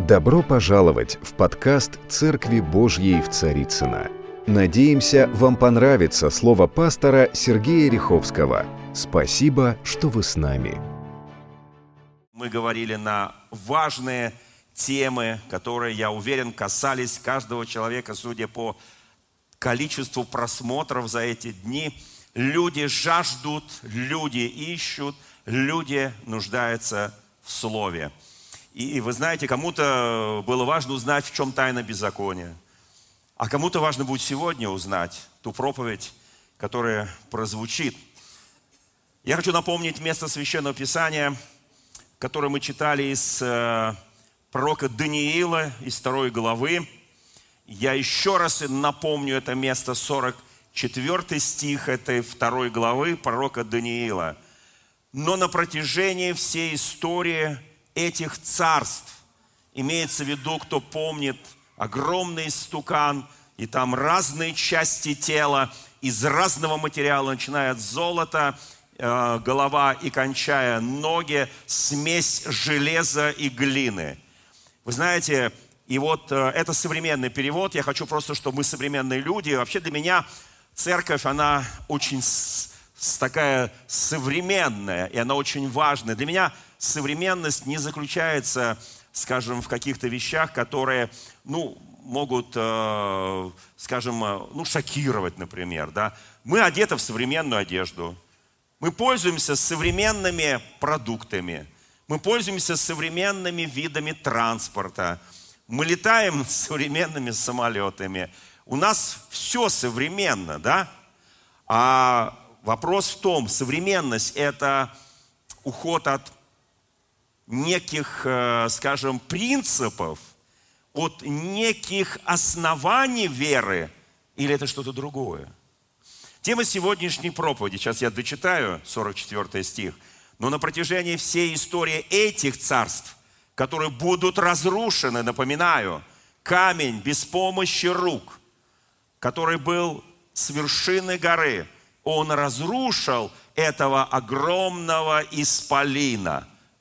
Добро пожаловать в подкаст «Церкви Божьей в Царицыно». Надеемся, вам понравится слово пастора Сергея Риховского. Спасибо, что вы с нами. Мы говорили на важные темы, которые, я уверен, касались каждого человека, судя по количеству просмотров за эти дни. Люди жаждут, люди ищут, люди нуждаются в Слове. И вы знаете, кому-то было важно узнать, в чем тайна беззакония. А кому-то важно будет сегодня узнать ту проповедь, которая прозвучит. Я хочу напомнить место Священного Писания, которое мы читали из пророка Даниила, из 2 главы. Я еще раз напомню это место, 44 стих этой 2 главы пророка Даниила. «Но на протяжении всей истории этих царств», имеется в виду, кто помнит, огромный истукан, и там разные части тела из разного материала, начиная от золота, голова и кончая ноги, смесь железа и глины. Вы знаете, и вот это современный перевод. Я хочу просто, чтобы мы современные люди. Вообще для меня церковь, она очень такая современная, и она очень важная. Для меня современность не заключается, скажем, в каких-то вещах, которые, могут, скажем, шокировать, например. Да? Мы одеты в современную одежду. Мы пользуемся современными продуктами. Мы пользуемся современными видами транспорта. Мы летаем современными самолетами. У нас все современно, да? А вопрос в том, современность – это уход от неких, скажем, принципов, от неких оснований веры, или это что-то другое? Тема сегодняшней проповеди, сейчас я дочитаю 44 стих, но на протяжении всей истории этих царств, которые будут разрушены, напоминаю, камень без помощи рук, который был с вершины горы, он разрушил этого огромного исполина.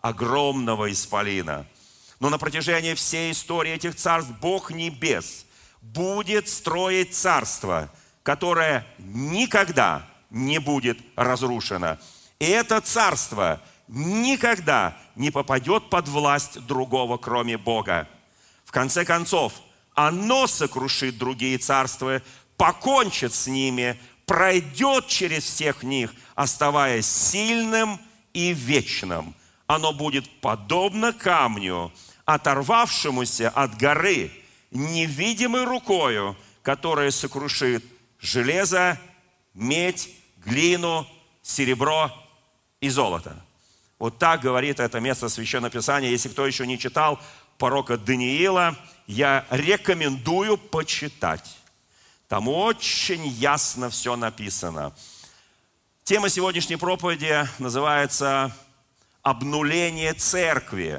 Но на протяжении всей истории этих царств Бог небес будет строить царство, которое никогда не будет разрушено. И это царство никогда не попадет под власть другого, кроме Бога. В конце концов, оно сокрушит другие царства, покончит с ними, пройдет через всех них, оставаясь сильным и вечным. Оно будет подобно камню, оторвавшемуся от горы, невидимой рукою, которая сокрушит железо, медь, глину, серебро и золото. Вот так говорит это место Священного Писания. Если кто еще не читал пророка Даниила, я рекомендую почитать. Там очень ясно все написано. Тема сегодняшней проповеди называется «Обнуление церкви».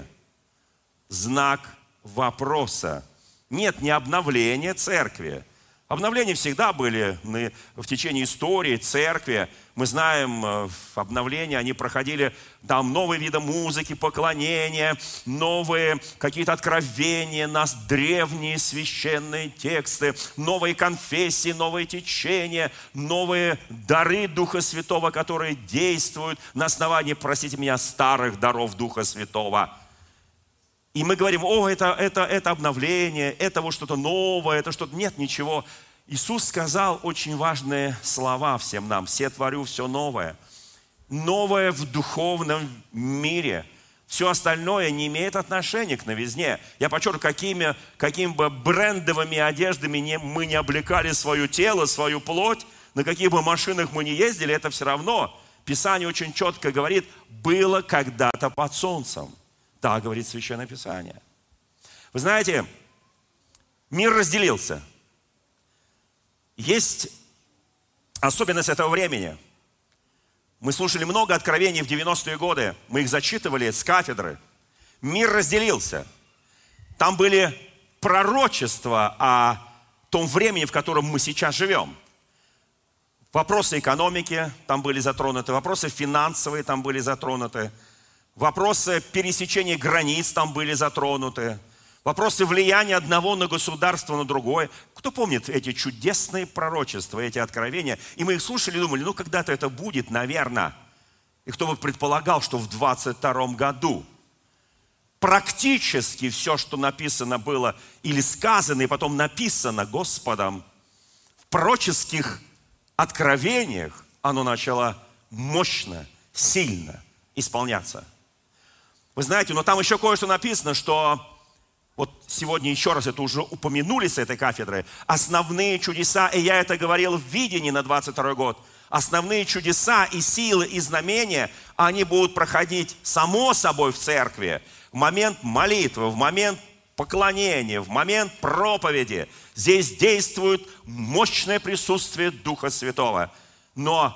Знак вопроса. Нет, не обновление церкви. Обновления всегда были в течение истории церкви. Мы знаем, в обновлении они проходили там новые виды музыки, поклонения, новые какие-то откровения, нас древние священные тексты, новые конфессии, новые течения, новые дары Духа Святого, которые действуют на основании, простите меня, старых даров Духа Святого. И мы говорим, это обновление, это вот что-то новое, это что-то... Нет, ничего. Иисус сказал очень важные слова всем нам. «Все творю все новое». Новое в духовном мире. Все остальное не имеет отношения к новизне. Я подчеркиваю, какими бы брендовыми одеждами мы не облекали свое тело, свою плоть, на каких бы машинах мы не ездили, это все равно. Писание очень четко говорит, было когда-то под солнцем. Так говорит Священное Писание. Вы знаете, мир разделился. Есть особенность этого времени. Мы слушали много откровений в 90-е годы. Мы их зачитывали с кафедры. Мир разделился. Там были пророчества о том времени, в котором мы сейчас живем. Вопросы экономики там были затронуты. Вопросы финансовые там были затронуты. Вопросы пересечения границ там были затронуты. Вопросы влияния одного на государство, на другое. Кто помнит эти чудесные пророчества, эти откровения? И мы их слушали и думали, ну когда-то это будет, наверное. И кто бы предполагал, что в 22 году практически все, что написано было или сказано, и потом написано Господом, в пророческих откровениях, оно начало мощно, сильно исполняться. Вы знаете, но там еще кое-что написано, что вот сегодня еще раз это уже упомянули с этой кафедры. Основные чудеса, и я это говорил в видении на 22 год, основные чудеса и силы, и знамения, они будут проходить само собой в церкви. В момент молитвы, в момент поклонения, в момент проповеди. Здесь действует мощное присутствие Духа Святого. Но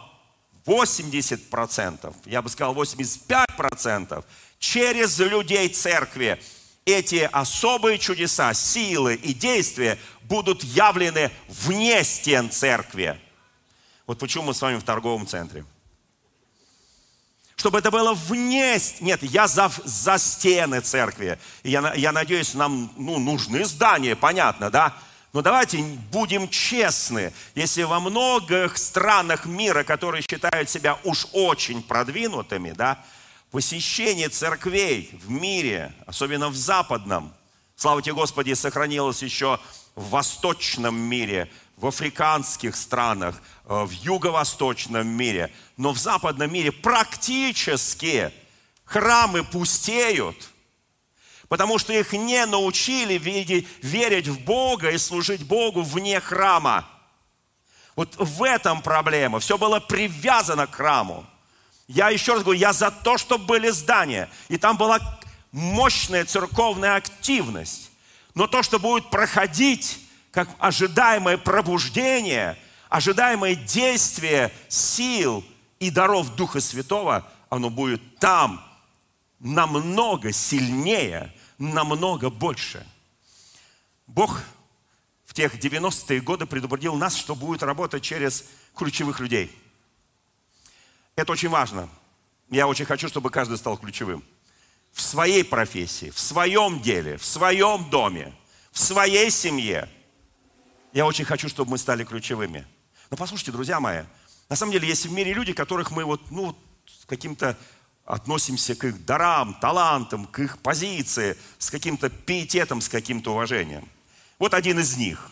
80%, я бы сказал 85%, через людей церкви эти особые чудеса, силы и действия будут явлены вне стен церкви. Вот почему мы с вами в торговом центре. Чтобы это было вне... Нет, я за стены церкви. Я надеюсь, нам нужны здания, понятно, да? Но давайте будем честны. Если во многих странах мира, которые считают себя уж очень продвинутыми, да, посещение церквей в мире, особенно в западном, слава тебе, Господи, сохранилось еще в восточном мире, в африканских странах, в юго-восточном мире. Но в западном мире практически храмы пустеют, потому что их не научили верить в Бога и служить Богу вне храма. Вот в этом проблема. Все было привязано к храму. Я еще раз говорю, я за то, чтобы были здания. И там была мощная церковная активность. Но то, что будет проходить, как ожидаемое пробуждение, ожидаемое действие сил и даров Духа Святого, оно будет там намного сильнее, намного больше. Бог в тех 90-е годы предупредил нас, что будет работать через ключевых людей. Это очень важно. Я очень хочу, чтобы каждый стал ключевым. В своей профессии, в своем деле, в своем доме, в своей семье. Я очень хочу, чтобы мы стали ключевыми. Но послушайте, друзья мои, на самом деле есть в мире люди, которых мы с каким-то относимся к их дарам, талантам, к их позиции, с каким-то пиететом, с каким-то уважением. Вот один из них.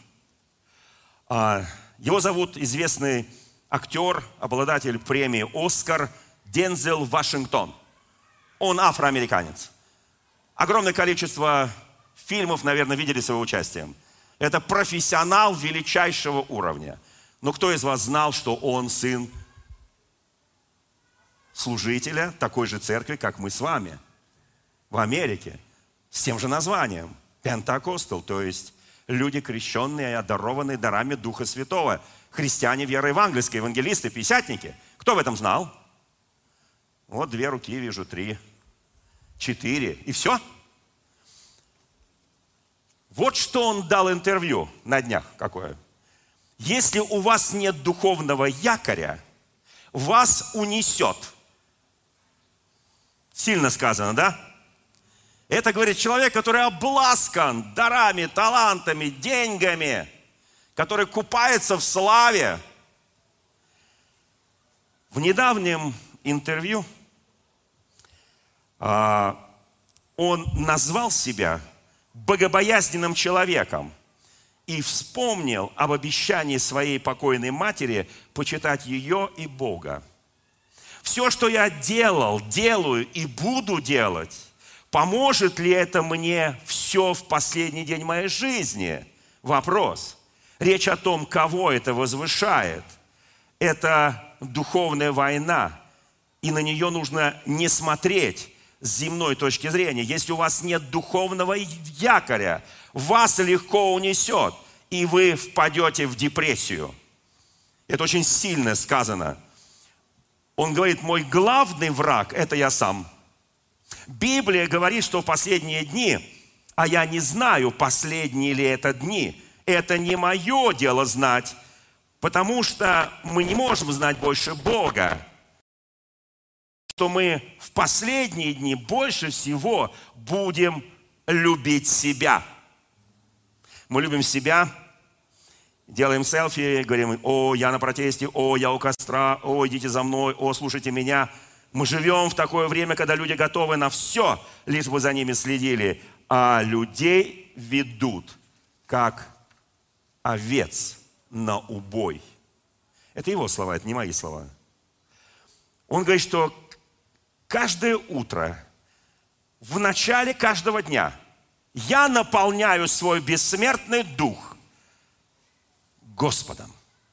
Его зовут известный актер, обладатель премии «Оскар» Дензел Вашингтон. Он афроамериканец. Огромное количество фильмов, наверное, видели с его участием. Это профессионал величайшего уровня. Но кто из вас знал, что он сын служителя такой же церкви, как мы с вами, в Америке, с тем же названием Пентакостал, то есть люди, крещенные и одарованные дарами Духа Святого, христиане веры евангельской, евангелисты, пятидесятники. Кто в этом знал? Вот 2 руки вижу, 3, 4, и все. Вот что он дал интервью на днях какое. Если у вас нет духовного якоря, вас унесет. Сильно сказано, да? Это говорит человек, который обласкан дарами, талантами, деньгами, который купается в славе. В недавнем интервью он назвал себя богобоязненным человеком и вспомнил об обещании своей покойной матери почитать ее и Бога. Все, что я делал, делаю и буду делать, поможет ли это мне все в последний день моей жизни? Вопрос. Речь о том, кого это возвышает. Это духовная война, и на нее нужно не смотреть с земной точки зрения. Если у вас нет духовного якоря, вас легко унесет, и вы впадете в депрессию. Это очень сильно сказано. Он говорит, мой главный враг – это я сам. Библия говорит, что в последние дни, а я не знаю, последние ли это дни, это не мое дело знать, потому что мы не можем знать больше Бога. Что мы в последние дни больше всего будем любить себя. Мы любим себя, делаем селфи, говорим: о, я на протесте, о, я у костра, о, идите за мной, о, слушайте меня. Мы живем в такое время, когда люди готовы на все, лишь бы за ними следили. А людей ведут, как овец на убой. Это его слова, это не мои слова. Он говорит, что каждое утро, в начале каждого дня, я наполняю свой бессмертный дух Господом.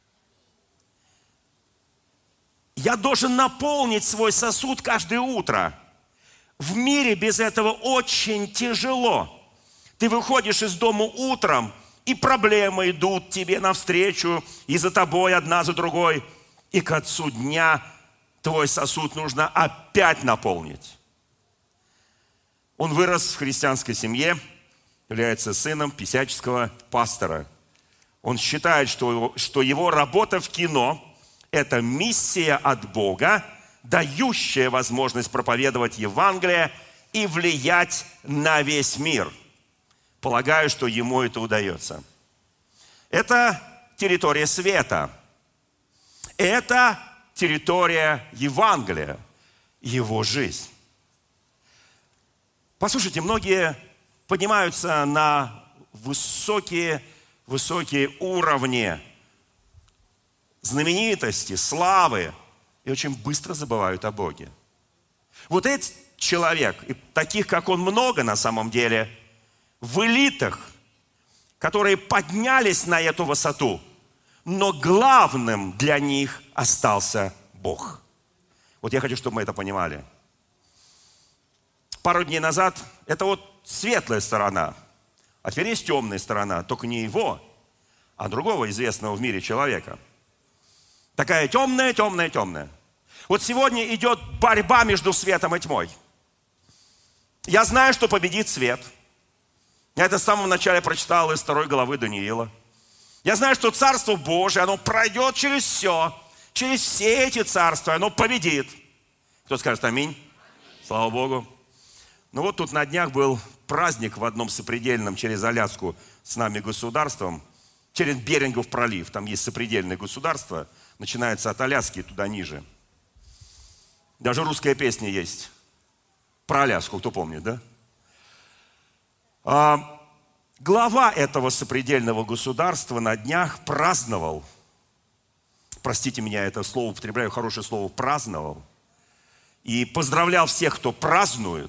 Я должен наполнить свой сосуд каждое утро. В мире без этого очень тяжело. Ты выходишь из дома утром, и проблемы идут тебе навстречу, и за тобой одна за другой. И к концу дня твой сосуд нужно опять наполнить. Он вырос в христианской семье, является сыном писяческого пастора. Он считает, что его работа в кино – это миссия от Бога, дающая возможность проповедовать Евангелие и влиять на весь мир. Полагаю, что ему это удается. Это территория света. Это территория Евангелия, его жизнь. Послушайте, многие поднимаются на высокие уровни знаменитости, славы и очень быстро забывают о Боге. Вот этот человек, и таких, как он, много на самом деле, в элитах, которые поднялись на эту высоту, но главным для них остался Бог. Вот я хочу, чтобы мы это понимали. Пару дней назад, это вот светлая сторона, а теперь есть темная сторона, только не его, а другого известного в мире человека. Такая темная. Вот сегодня идет борьба между светом и тьмой. Я знаю, что победит свет. Я это в самом начале прочитал из 2 главы Даниила. Я знаю, что Царство Божие, оно пройдет через все эти царства, оно победит. Кто скажет аминь? Слава Богу. Ну вот тут на днях был праздник в одном сопредельном через Аляску с нами государством, через Берингов пролив. Там есть сопредельное государство, начинается от Аляски туда ниже. Даже русская песня есть про Аляску, кто помнит, да? Глава этого сопредельного государства на днях праздновал, простите меня, это слово употребляю, хорошее слово, праздновал, и поздравлял всех, кто празднует.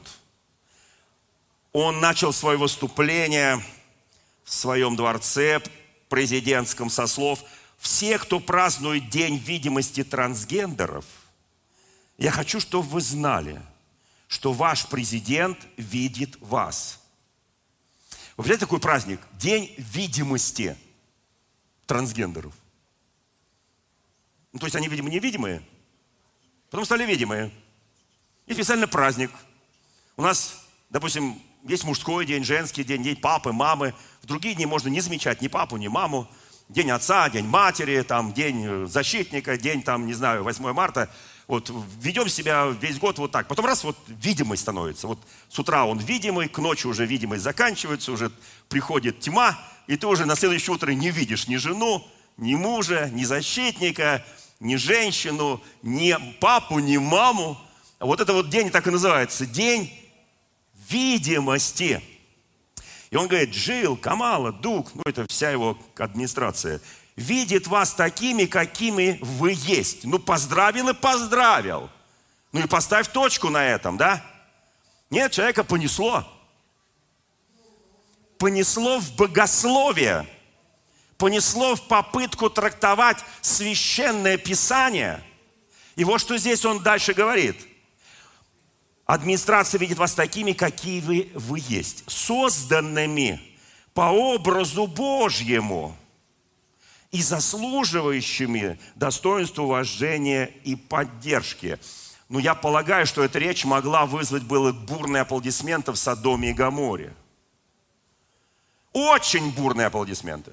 Он начал свое выступление в своем дворце президентском со слов: все, кто празднует День видимости трансгендеров, я хочу, чтобы вы знали, что ваш президент видит вас. Вы представляете, такой праздник? День видимости трансгендеров. Ну, то есть они, видимо, невидимые, потом стали видимые. И специально праздник. У нас, допустим, есть мужской день, женский день, день папы, мамы. В другие дни можно не замечать ни папу, ни маму. День отца, день матери, там, день защитника, день, там, не знаю, 8 марта. Вот ведем себя весь год вот так. Потом раз, вот видимость становится. Вот с утра он видимый, к ночи уже видимость заканчивается, уже приходит тьма, и ты уже на следующее утро не видишь ни жену, ни мужа, ни защитника, ни женщину, ни папу, ни маму. А вот это вот день так и называется. День видимости. И он говорит: Джилл, Камала, Дуг, ну это вся его администрация, видит вас такими, какими вы есть. Ну, поздравил и поздравил. Ну и поставь точку на этом, да? Нет, человека понесло. Понесло в богословие. Понесло в попытку трактовать священное писание. И вот что здесь он дальше говорит. Администрация видит вас такими, какие вы есть. Созданными по образу Божьему и заслуживающими достоинства, уважения и поддержки. Но я полагаю, что эта речь могла вызвать было бурные аплодисменты в Содоме и Гоморе. Очень бурные аплодисменты.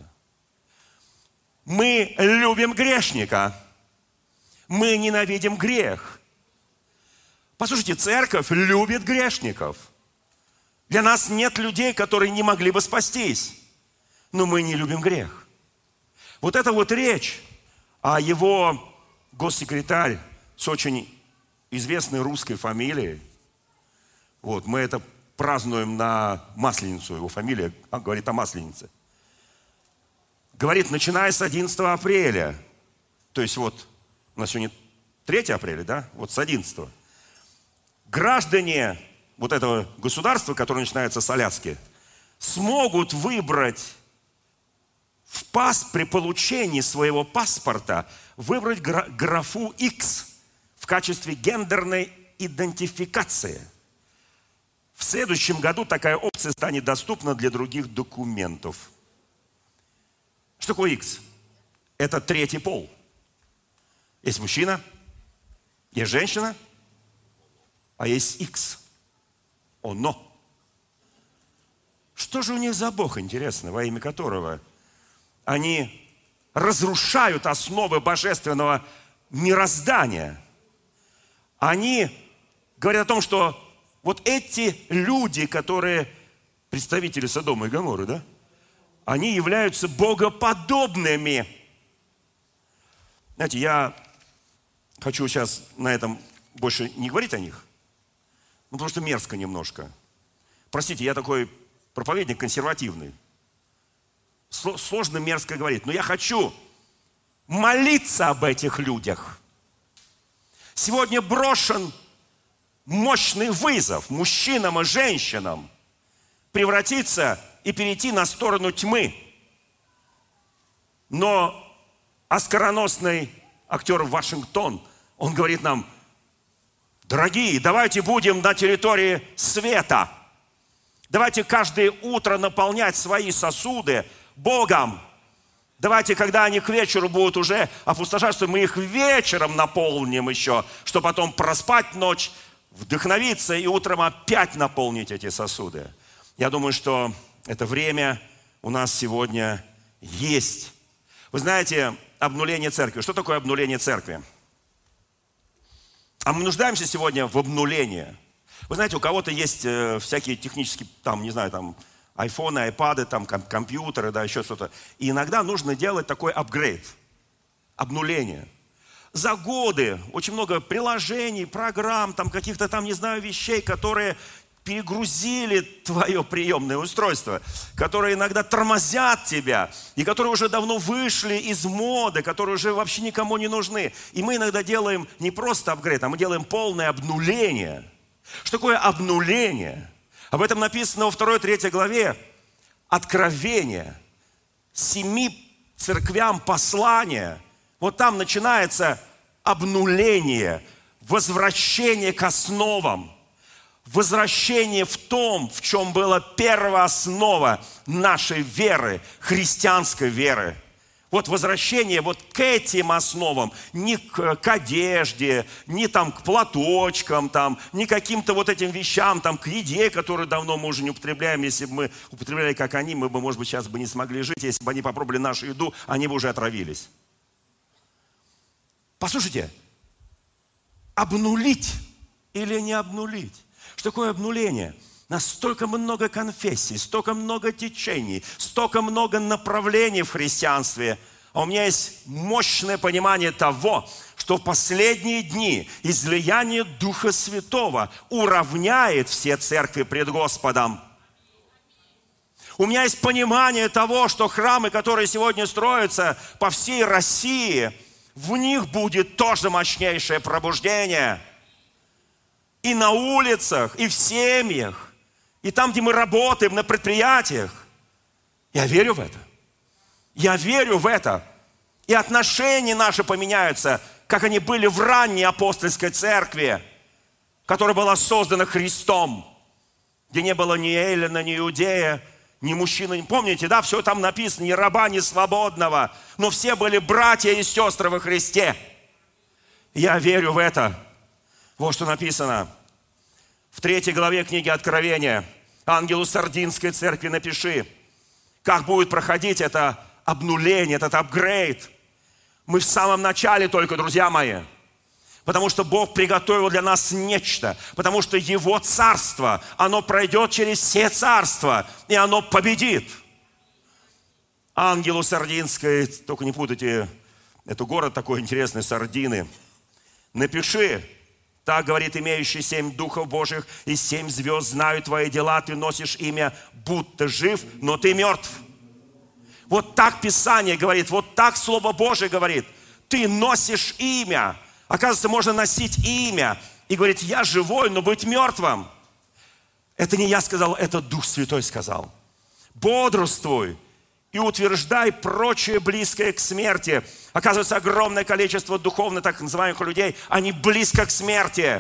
Мы любим грешника. Мы ненавидим грех. Послушайте, церковь любит грешников. Для нас нет людей, которые не могли бы спастись. Но мы не любим грех. Вот эта вот речь, а его госсекретарь с очень известной русской фамилией, вот, мы это празднуем на Масленицу, его фамилия говорит о Масленице, говорит, начиная с 11 апреля, то есть вот у нас сегодня 3 апреля, да, вот с 11, граждане вот этого государства, которое начинается с Аляски, смогут выбрать при получении своего паспорта, выбрать графу X в качестве гендерной идентификации. В следующем году такая опция станет доступна для других документов. Что такое X? Это третий пол. Есть мужчина, есть женщина, а есть X. Оно. Что же у них за Бог, интересно, во имя которого они разрушают основы божественного мироздания? Они говорят о том, что вот эти люди, которые представители Содома и Гоморры, да, они являются богоподобными. Знаете, я хочу сейчас на этом больше не говорить о них, потому что мерзко немножко. Простите, я такой проповедник консервативный. Сложно мерзко говорить, но я хочу молиться об этих людях. Сегодня брошен мощный вызов мужчинам и женщинам превратиться и перейти на сторону тьмы. Но оскароносный актер Вашингтон, он говорит нам: дорогие, давайте будем на территории света. Давайте каждое утро наполнять свои сосуды Богом. Давайте, когда они к вечеру будут уже опустошаться, мы их вечером наполним еще, чтобы потом проспать ночь, вдохновиться и утром опять наполнить эти сосуды. Я думаю, что это время у нас сегодня есть. Вы знаете, обнуление церкви. Что такое обнуление церкви? А мы нуждаемся сегодня в обнулении. Вы знаете, у кого-то есть всякие технические, там, не знаю, там, айфоны, айпады, там, компьютеры, да, еще что-то. И иногда нужно делать такой апгрейд, обнуление. За годы очень много приложений, программ, там, каких-то там, не знаю, вещей, которые перегрузили твое приемное устройство, которые иногда тормозят тебя, и которые уже давно вышли из моды, которые уже вообще никому не нужны. И мы иногда делаем не просто апгрейд, а мы делаем полное обнуление. Что такое обнуление? Об этом написано во 2-3 главе Откровения. 7 церквям послания. Вот там начинается обнуление, возвращение к основам. Возвращение в том, в чем была первооснова нашей веры, христианской веры. Вот возвращение вот к этим основам, не к одежде, не там к платочкам, там, не к каким-то вот этим вещам, там, к еде, которую давно мы уже не употребляем. Если бы мы употребляли, как они, мы бы, может быть, сейчас бы не смогли жить. Если бы они попробовали нашу еду, они бы уже отравились. Послушайте, обнулить или не обнулить? Что такое обнуление? Настолько много конфессий, столько много течений, столько много направлений в христианстве. А у меня есть мощное понимание того, что в последние дни излияние Духа Святого уравняет все церкви пред Господом. У меня есть понимание того, что храмы, которые сегодня строятся по всей России, в них будет тоже мощнейшее пробуждение. И на улицах, и в семьях, и там, где мы работаем, на предприятиях. Я верю в это. Я верю в это. И отношения наши поменяются, как они были в ранней апостольской церкви, которая была создана Христом, где не было ни эллина, ни иудея, ни мужчины. Помните, да, все там написано, ни раба, ни свободного, но все были братья и сестры во Христе. Я верю в это. Вот что написано в 3 главе книги Откровения. Ангелу Сардинской церкви напиши, как будет проходить это обнуление, этот апгрейд. Мы в самом начале только, друзья мои. Потому что Бог приготовил для нас нечто. Потому что Его царство, оно пройдет через все царства, и оно победит. Ангелу Сардинской, только не путайте, это город такой интересный, Сардины. Напиши, так говорит имеющий 7 духов Божьих и 7 звезд, знаю твои дела, ты носишь имя, будто жив, но ты мертв. Вот так Писание говорит, вот так Слово Божие говорит. Ты носишь имя. Оказывается, можно носить имя и говорить, я живой, но быть мертвым. Это не я сказал, это Дух Святой сказал. Бодрствуй и утверждай прочее близкое к смерти. Оказывается, огромное количество духовно так называемых людей, они близко к смерти.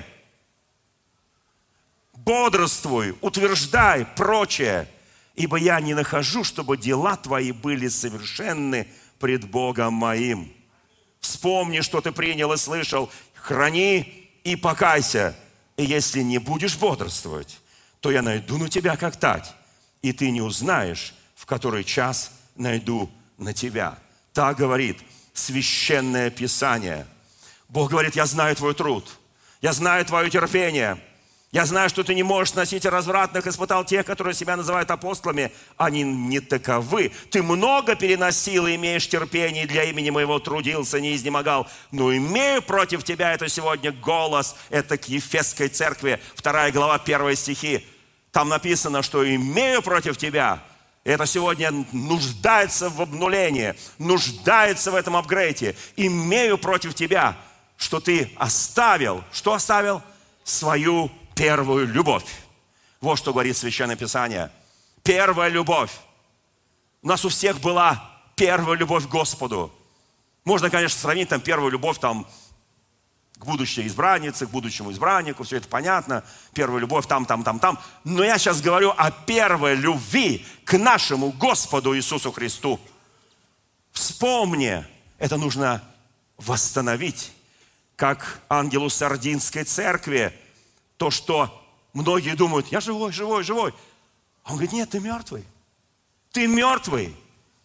Бодрствуй, утверждай прочее, ибо я не нахожу, чтобы дела твои были совершенны пред Богом моим. Вспомни, что ты принял и слышал, храни и покайся. И если не будешь бодрствовать, то я найду на тебя как тать, и ты не узнаешь, в который час найду на тебя. Так говорит Священное Писание. Бог говорит, я знаю твой труд, я знаю твое терпение, я знаю, что ты не можешь носить развратных, испытал тех, которые себя называют апостолами. Они не таковы. Ты много переносил и имеешь терпение, для имени моего трудился, не изнемогал. Но имею против тебя, это сегодня голос, это к Ефесской церкви, 2 глава, 1 стихи. Там написано, что имею против тебя. Это сегодня нуждается в обнулении, нуждается в этом апгрейде. Имею против тебя, что ты оставил. Что оставил? Свою первую любовь. Вот что говорит Священное Писание. Первая любовь. У нас у всех была первая любовь к Господу. Можно, конечно, сравнить там первую любовь там, к будущей избраннице, к будущему избраннику. Все это понятно. Первая любовь там. Но я сейчас говорю о первой любви к нашему Господу Иисусу Христу. Вспомни. Это нужно восстановить. Как ангелу Сардинской церкви. То, что многие думают, я живой. А он говорит, нет, ты мертвый. Ты мертвый.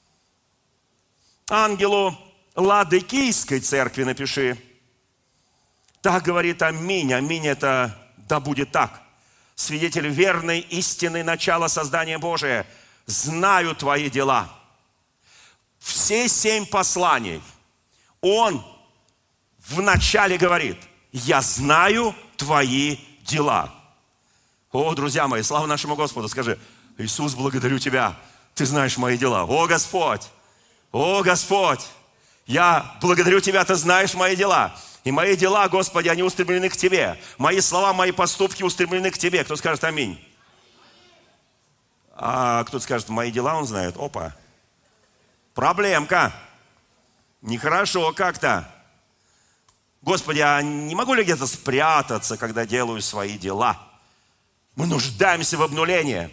Ангелу Ладыкийской церкви напиши. Так говорит аминь. Аминь это да будет так. Свидетель верной истины начала создания Божия. Знаю твои дела. Все 7 посланий. Он вначале говорит, я знаю твои дела. О, друзья мои, слава нашему Господу. Скажи, Иисус, благодарю Тебя. Ты знаешь мои дела. О, Господь, я благодарю Тебя, Ты знаешь мои дела. И мои дела, Господи, они устремлены к Тебе. Мои слова, мои поступки устремлены к Тебе. Кто скажет аминь? А кто-то скажет, мои дела он знает. Опа. Проблемка. Нехорошо как-то. Господи, а не могу ли где-то спрятаться, когда делаю свои дела? Мы нуждаемся в обнулении.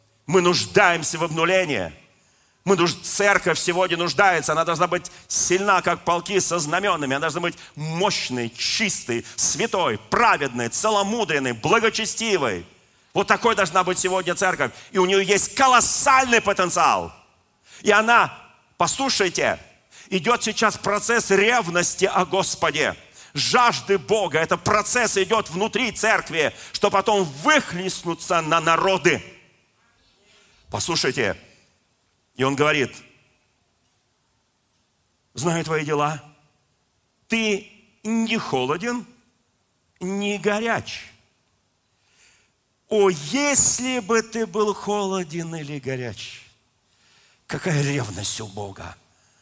Церковь сегодня нуждается. Она должна быть сильна, как полки со знаменами. Она должна быть мощной, чистой, святой, праведной, целомудренной, благочестивой. Вот такой должна быть сегодня церковь. И у нее есть колоссальный потенциал. И она, послушайте, идет сейчас процесс ревности о Господе. Жажды Бога. Это процесс идет внутри церкви, что потом выхлестнуться на народы. Послушайте. И он говорит, знаю твои дела. Ты не холоден, не горяч. О, если бы ты был холоден или горяч. Какая ревность у Бога.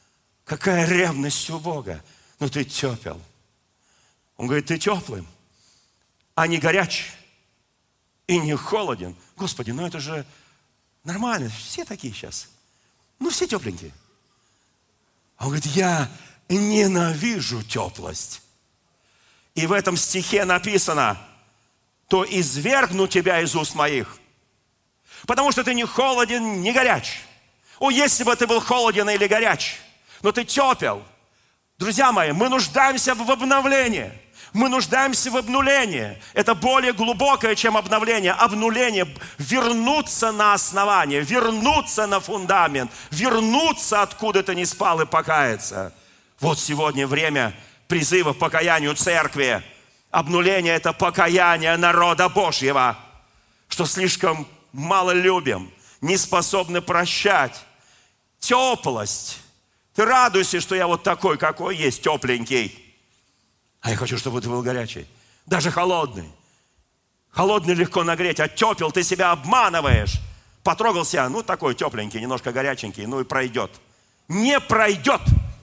Но ты тепел. Он говорит, ты теплым, а не горяч и не холоден. Господи, ну это же нормально, все такие сейчас. Ну все тепленькие. А он говорит, я ненавижу теплость. И в этом стихе написано, то извергну тебя из уст моих. Потому что ты не холоден, не горяч. О, если бы ты был холоден или горяч, но ты тепел. Друзья мои, мы нуждаемся в обновлении. Мы нуждаемся в обнулении. Это более глубокое, чем обновление. Обнуление. Вернуться на основание, вернуться на фундамент, вернуться откуда ты не спал и покаяться. Вот сегодня время призыва к покаянию церкви. Обнуление – это покаяние народа Божьего, что слишком мало любим, не способны прощать. Теплость. Ты радуйся, что я вот такой, какой есть, тепленький. А я хочу, чтобы ты был горячий. Даже холодный. Холодный легко нагреть, а тепел ты себя обманываешь. Потрогался, ну такой тепленький, немножко горяченький, ну и пройдет. Не пройдет.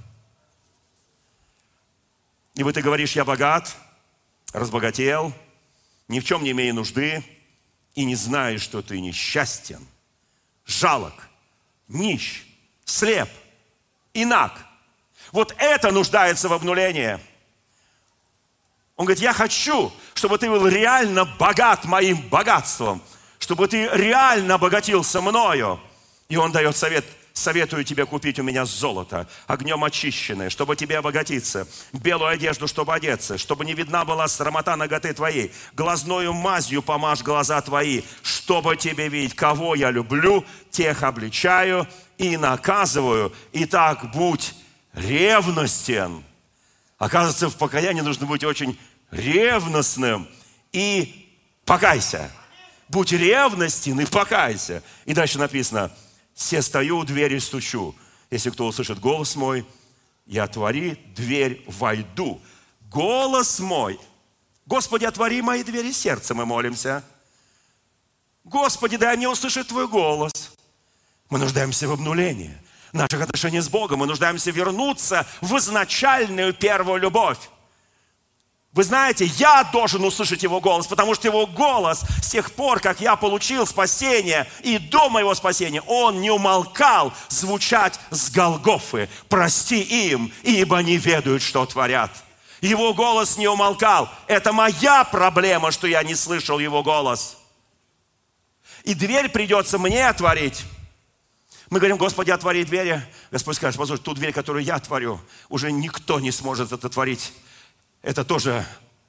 И вот ты говоришь, я богат, разбогател, ни в чем не имею нужды, и не знаешь, что ты несчастен, жалок, нищ, слеп, инак. Вот это нуждается в обнулении. Он говорит, я хочу, чтобы ты был реально богат моим богатством, чтобы ты реально обогатился мною. И он дает совет. Советую тебе купить у меня золото, огнем очищенное, чтобы тебе обогатиться, белую одежду, чтобы одеться, чтобы не видна была срамота наготы твоей, глазною мазью помажь глаза твои, чтобы тебе видеть, кого я люблю, тех обличаю и наказываю. Итак, будь ревностен. Оказывается, в покаянии нужно быть очень ревностным и покайся. Будь ревностен и покайся. И дальше написано, «Се стою у двери и стучу. Если кто услышит голос мой, я отвори дверь, войду». Голос мой. Господи, отвори мои двери сердца, мы молимся. Господи, дай мне услышать Твой голос. Мы нуждаемся в обнулении наших отношений с Богом. Мы нуждаемся вернуться в изначальную первую любовь. Вы знаете, я должен услышать Его голос, потому что Его голос с тех пор, как я получил спасение и до моего спасения, Он не умолкал звучать с Голгофы. Прости им, ибо не ведают, что творят. Его голос не умолкал. Это моя проблема, что я не слышал Его голос. И дверь придется мне отворить. Мы говорим, Господи, отвори двери. Господь скажет, послушай, ту дверь, которую я отворю, уже никто не сможет это творить. Это тоже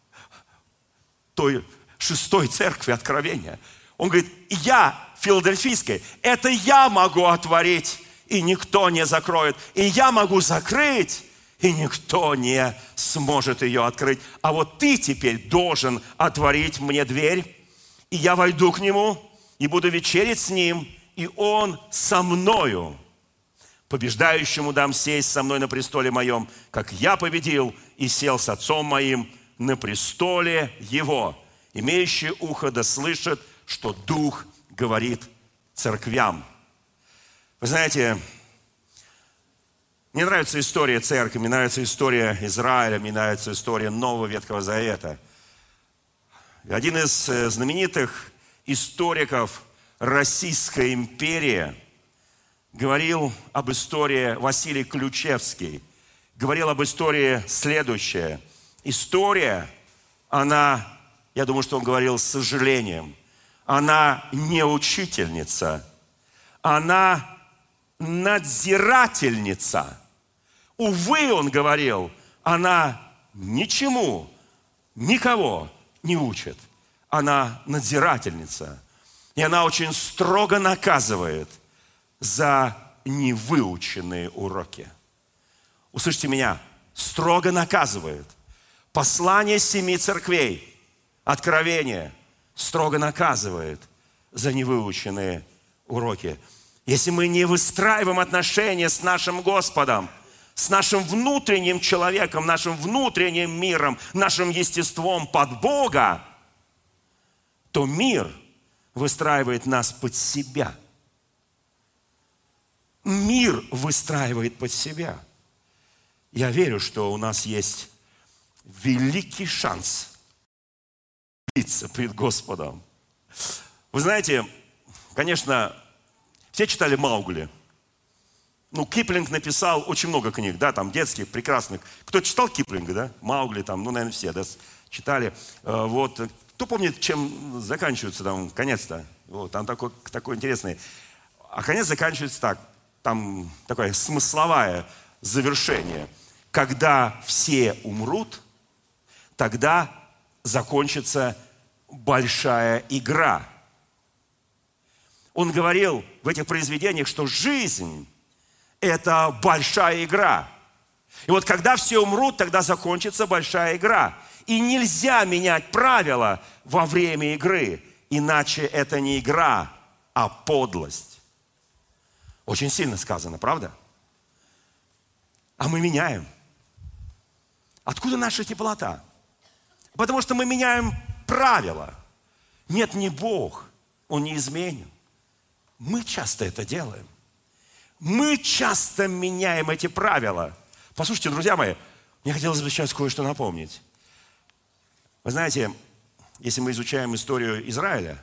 той 6-й церкви Откровения. Он говорит, я, Филадельфийской, это я могу отворить, и никто не закроет. И я могу закрыть, и никто не сможет ее открыть. А вот ты теперь должен отворить мне дверь, и я войду к нему, и буду вечерить с ним, и он со мною. Побеждающему дам сесть со мной на престоле моем, как я победил и сел с отцом моим на престоле его. Имеющий ухо да слышит, что Дух говорит церквям. Вы знаете, мне нравится история церкви, мне нравится история Израиля, мне нравится история Нового Ветхого Завета. Один из знаменитых историков Российской империи говорил об истории Василий Ключевский. Говорил об истории следующее. История, она, я думаю, что он говорил с сожалением, она не учительница, она надзирательница. Увы, он говорил, она ничему, никого не учит. Она надзирательница. И она очень строго наказывает за невыученные уроки. Услышьте меня, строго наказывает. Послание 7 церквей, Откровение, строго наказывает за невыученные уроки. Если мы не выстраиваем отношения с нашим Господом, с нашим внутренним человеком, нашим внутренним миром, нашим естеством под Бога, то мир выстраивает нас под себя. Мир выстраивает под себя. Я верю, что у нас есть великий шанс биться пред Господом. Вы знаете, конечно, все читали Маугли. Киплинг написал очень много книг, да, там детских, прекрасных. Кто читал Киплинга, да? Маугли, там, наверное, все, да, читали. Вот. Кто помнит, чем заканчивается там конец-то? Вот, там такой интересный. А конец заканчивается так. Там такое смысловое завершение. Когда все умрут, тогда закончится большая игра. Он говорил в этих произведениях, что жизнь – это большая игра. И вот когда все умрут, тогда закончится большая игра. И нельзя менять правила во время игры, иначе это не игра, а подлость. Очень сильно сказано, правда? А мы меняем. Откуда наша теплота? Потому что мы меняем правила. Нет, не Бог, Он неизменен. Мы часто это делаем. Мы часто меняем эти правила. Послушайте, друзья мои, мне хотелось бы сейчас кое-что напомнить. Вы знаете, если мы изучаем историю Израиля,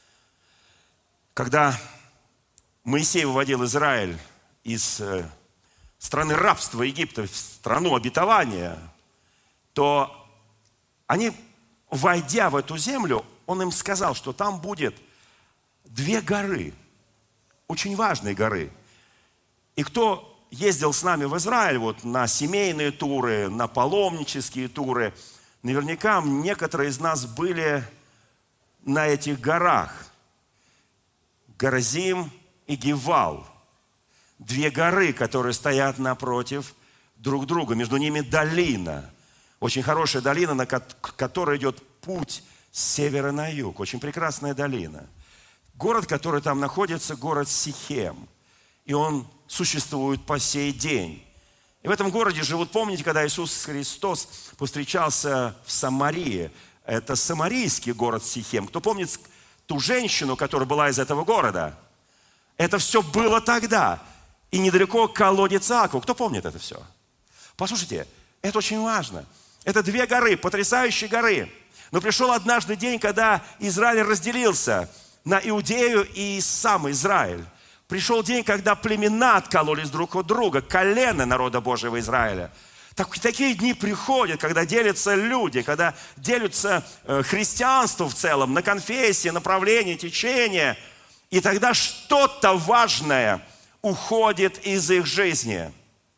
когда Моисей выводил Израиль из страны рабства Египта в страну обетования, то они, войдя в эту землю, он им сказал, что там будет 2 горы, очень важные горы. И кто ездил с нами в Израиль вот, на семейные туры, на паломнические туры, наверняка некоторые из нас были на этих горах. Горзим и Гивал. 2 горы, которые стоят напротив друг друга. Между ними долина. Очень хорошая долина, на которой идет путь с севера на юг. Очень прекрасная долина. Город, который там находится, город Сихем. И он существует по сей день. И в этом городе живут, помните, когда Иисус Христос повстречался в Самарии. Это самарийский город Сихем. Кто помнит ту женщину, которая была из этого города? Это все было тогда. И недалеко колодец Аква. Кто помнит это все? Послушайте, это очень важно. Это 2 горы, потрясающие горы. Но пришел однажды день, когда Израиль разделился на Иудею и сам Израиль. Пришел день, когда племена откололись друг от друга, колено народа Божьего Израиля. Такие дни приходят, когда делятся люди, когда делятся христианство в целом на конфессии, направления, течения. И тогда что-то важное уходит из их жизни.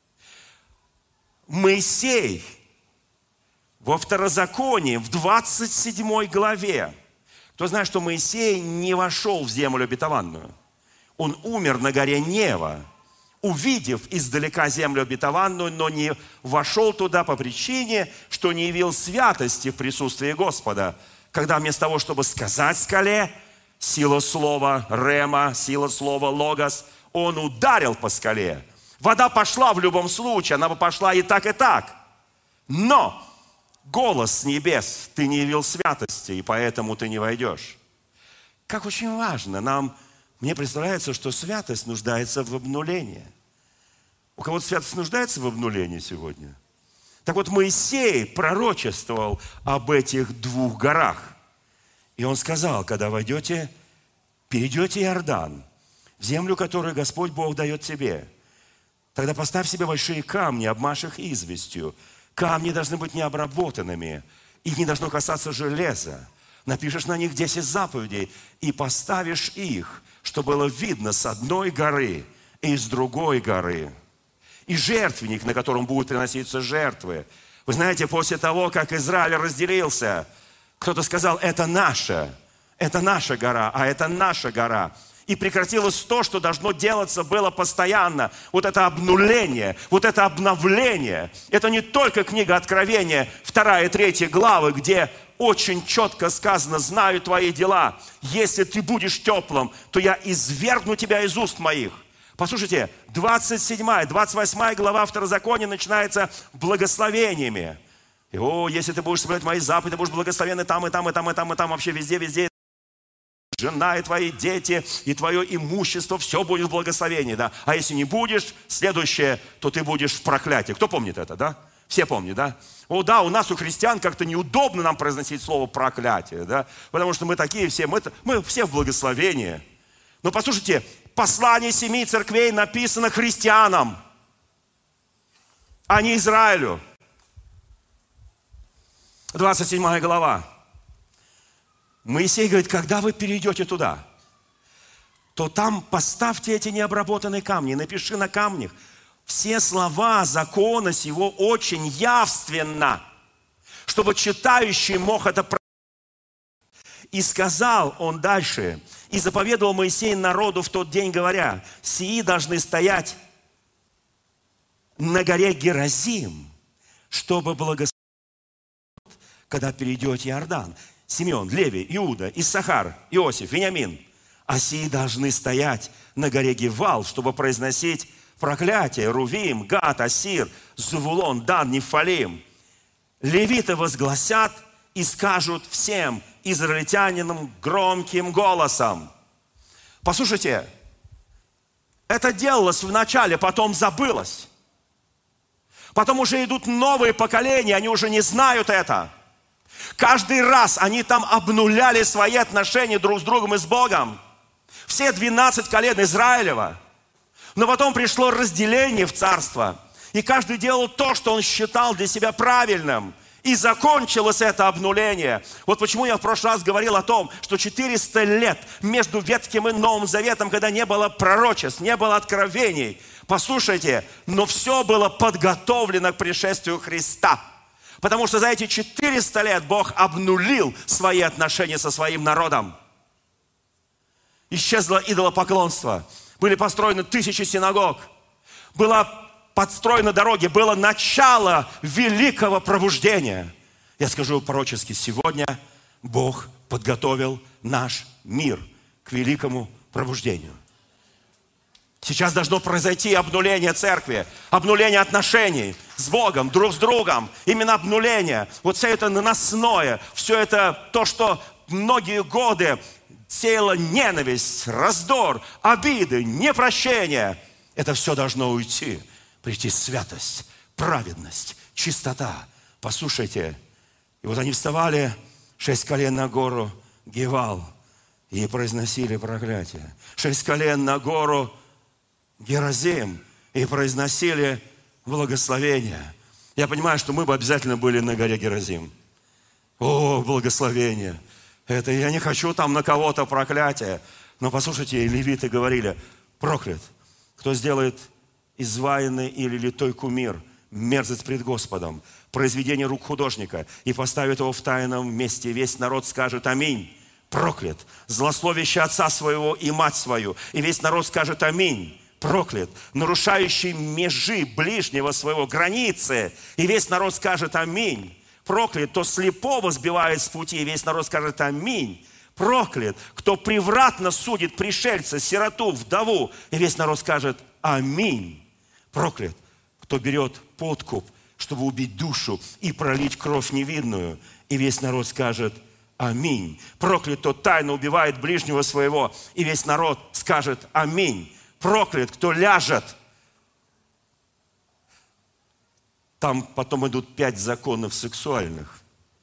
Моисей во Второзаконии, в 27 главе, кто знает, что Моисей не вошел в землю обетованную. Он умер на горе Нева, увидев издалека землю обетованную, но не вошел туда по причине, что не явил святости в присутствии Господа. Когда вместо того, чтобы сказать скале, сила слова рема, сила слова логос, он ударил по скале. Вода пошла в любом случае, она бы пошла и так, и так. Но голос с небес, ты не явил святости, и поэтому ты не войдешь. Как очень важно мне представляется, что святость нуждается в обнулении. У кого-то святость нуждается в обнулении сегодня? Так вот, Моисей пророчествовал об этих 2 горах. И он сказал, когда войдете, перейдете Иордан, в землю, которую Господь Бог дает тебе, тогда поставь себе большие камни, обмажь их известью. Камни должны быть необработанными, их не должно касаться железа. Напишешь на них 10 заповедей и поставишь их, чтобы было видно с одной горы и с другой горы. И жертвенник, на котором будут приноситься жертвы. Вы знаете, после того, как Израиль разделился, кто-то сказал, это наша гора, а это наша гора. И прекратилось то, что должно делаться было постоянно. Вот это обнуление, вот это обновление. Это не только книга Откровения, 2 и 3 главы, где очень четко сказано, знаю твои дела. Если ты будешь теплым, то я извергну тебя из уст моих. Послушайте, 27, 28 глава Второзакония начинается благословениями. И, если ты будешь соблюдать мои заповеди, ты будешь благословенный там, и там, и там, и там, и там, вообще везде. Жена и твои дети, и твое имущество, все будет в благословении, да. А если не будешь, следующее, то ты будешь в проклятии. Кто помнит это, да? Все помнят, да? Да, у нас, у христиан, как-то неудобно нам произносить слово проклятие, да? Потому что мы такие все, мы все в благословении. Но послушайте, послание 7 церквей написано христианам, а не Израилю. 27 глава. Моисей говорит, когда вы перейдете туда, то там поставьте эти необработанные камни, напиши на камнях все слова закона сего очень явственно, чтобы читающий мог это прочитать. И сказал он дальше, и заповедовал Моисей народу в тот день, говоря, сии должны стоять на горе Герозим, чтобы благословить, когда перейдете Иордан. Симеон, Левий, Иуда, Иссахар, Иосиф, Вениамин. А сии должны стоять на горе Гивал, чтобы произносить проклятие. Рувим, Гад, Ассир, Завулон, Дан, Нефалим. Левиты возгласят и скажут всем израильтянинам громким голосом. Послушайте, это делалось в начале, потом забылось. Потом уже идут новые поколения, они уже не знают это. Каждый раз они там обнуляли свои отношения друг с другом и с Богом. Все 12 колен Израилева. Но потом пришло разделение в царство. И каждый делал то, что он считал для себя правильным. И закончилось это обнуление. Вот почему я в прошлый раз говорил о том, что 400 лет между Ветхим и Новым Заветом, когда не было пророчеств, не было откровений. Послушайте, но все было подготовлено к пришествию Христа. Потому что за эти 400 лет Бог обнулил свои отношения со своим народом. Исчезло идолопоклонство. Были построены 1000 синагог. Была подстроены дороги, было начало великого пробуждения. Я скажу пророчески, сегодня Бог подготовил наш мир к великому пробуждению. Сейчас должно произойти обнуление церкви, обнуление отношений с Богом, друг с другом. Именно обнуление. Вот все это наносное, все это то, что многие годы сеяло ненависть, раздор, обиды, непрощение. Это все должно уйти. Прийти святость, праведность, чистота. Послушайте, и вот они вставали, 6 колен на гору Гивал, и произносили проклятие. 6 колен на гору Геразим, и произносили благословение. Я понимаю, что мы бы обязательно были на горе Геразим. О, благословение! Это я не хочу там на кого-то проклятие. Но послушайте, левиты говорили, проклят, кто сделает изваянный или литой кумир, мерзость пред Господом, произведение рук художника, и поставит его в тайном месте. Весь народ скажет аминь. Проклят, злословящий отца своего и мать свою. И весь народ скажет аминь. Проклят, нарушающий межи ближнего своего, границы. И весь народ скажет аминь. Проклят, кто слепого сбивает с пути, и весь народ скажет аминь. Проклят, кто превратно судит пришельца, сироту, вдову, и весь народ скажет аминь. Проклят, кто берет подкуп, чтобы убить душу и пролить кровь невинную. И весь народ скажет аминь. Проклят, кто тайно убивает ближнего своего. И весь народ скажет аминь. Проклят, кто ляжет. Там потом идут 5 законов сексуальных.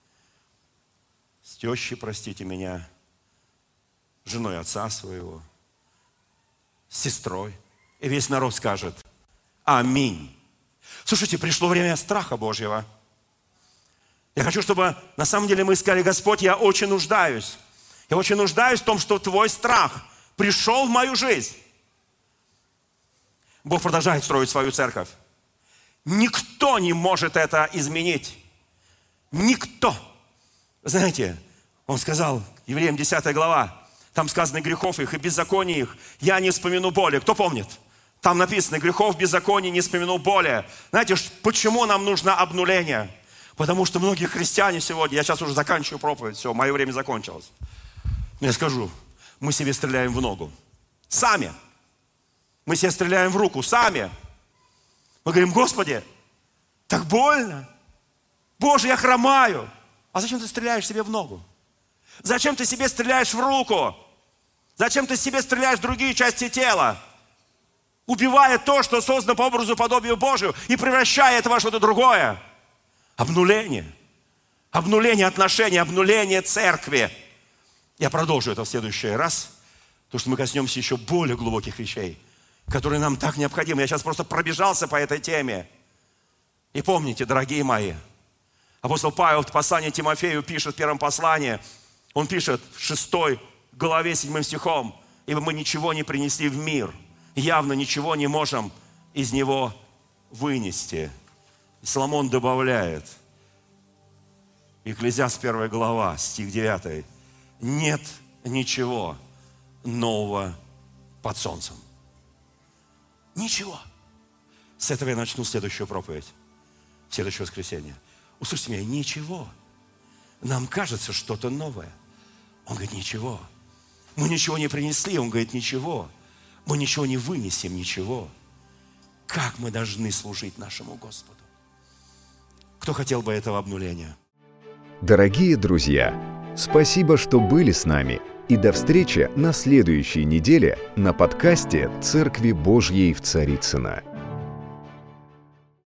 С тещей, простите меня, женой отца своего, с сестрой. И весь народ скажет аминь. Слушайте, пришло время страха Божьего. Я хочу, чтобы на самом деле мы искали, Господь, я очень нуждаюсь. Я очень нуждаюсь в том, что Твой страх пришел в мою жизнь. Бог продолжает строить свою церковь. Никто не может это изменить. Никто. Знаете, Он сказал, Евреям 10 глава, там сказано грехов их и беззаконий их, я не вспомяну более. Кто помнит? Там написано, грехов, беззаконий не вспомяну более. Знаете, почему нам нужно обнуление? Потому что многие христиане сегодня, я сейчас уже заканчиваю проповедь, все, мое время закончилось. Но я скажу, мы себе стреляем в ногу. Сами. Мы себе стреляем в руку, сами. Мы говорим, Господи, так больно. Боже, я хромаю. А зачем ты стреляешь себе в ногу? Зачем ты себе стреляешь в руку? Зачем ты себе стреляешь в другие части тела? Убивая то, что создано по образу и подобию Божию, и превращая это во что-то другое. Обнуление. Обнуление отношений, обнуление церкви. Я продолжу это в следующий раз, потому что мы коснемся еще более глубоких вещей, которые нам так необходимы. Я сейчас просто пробежался по этой теме. И помните, дорогие мои, апостол Павел в послании Тимофею пишет в первом послании, он пишет в 6 главе 7 стихом, «Ибо мы ничего не принесли в мир, явно ничего не можем из него вынести». И Соломон добавляет, Екклезиаст 1 глава, стих 9, «Нет ничего нового под солнцем». Ничего. С этого я начну следующую проповедь. В следующее воскресенье. Услышьте меня, ничего. нам кажется что-то новое. Он говорит, ничего. Мы ничего не принесли. Он говорит, ничего. Мы ничего не вынесем, ничего. Как мы должны служить нашему Господу? Кто хотел бы этого обнуления? Дорогие друзья, спасибо, что были с нами. И до встречи на следующей неделе на подкасте «Церкви Божьей в Царицыно».